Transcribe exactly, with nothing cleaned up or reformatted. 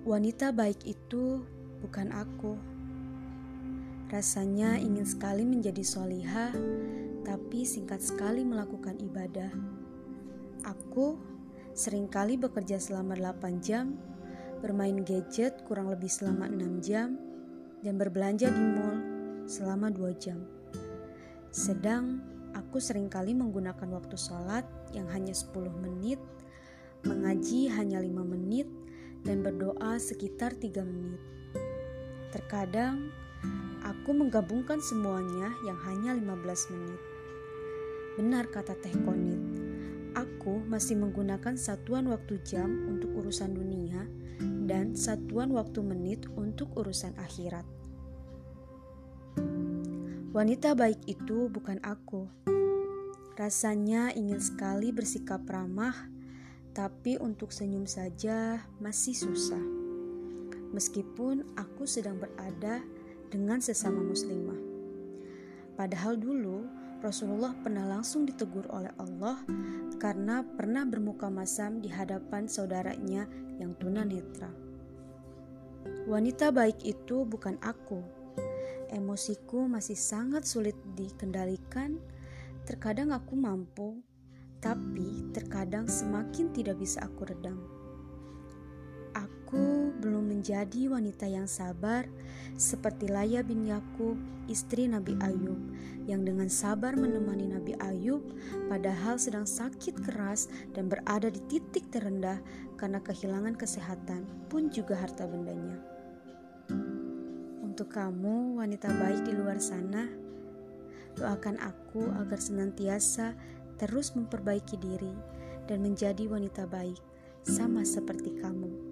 Wanita baik itu bukan aku. Rasanya ingin sekali menjadi solihah, tapi singkat sekali melakukan ibadah. Aku seringkali bekerja selama delapan jam, bermain gadget kurang lebih selama enam jam, dan berbelanja di mall selama dua jam. Sedang aku seringkali menggunakan waktu sholat yang hanya sepuluh menit, mengaji hanya lima menit, dan berdoa sekitar tiga menit. Terkadang aku menggabungkan semuanya yang hanya lima belas menit. Benar kata Teh Konit, aku masih menggunakan satuan waktu jam untuk urusan dunia dan satuan waktu menit untuk urusan akhirat. Wanita baik itu bukan aku. Rasanya ingin sekali bersikap ramah, tapi untuk senyum saja masih susah. Meskipun aku sedang berada dengan sesama muslimah. Padahal dulu Rasulullah pernah langsung ditegur oleh Allah karena pernah bermuka masam di hadapan saudaranya yang tunanetra. Wanita baik itu bukan aku. Emosiku masih sangat sulit dikendalikan. Terkadang aku mampu, tapi terkadang semakin tidak bisa aku redam. Aku belum menjadi wanita yang sabar seperti Laya bin Yakub, istri Nabi Ayub, yang dengan sabar menemani Nabi Ayub padahal sedang sakit keras dan berada di titik terendah karena kehilangan kesehatan pun juga harta bendanya. Untuk kamu wanita baik di luar sana, doakan aku agar senantiasa terus memperbaiki diri dan menjadi wanita baik sama seperti kamu.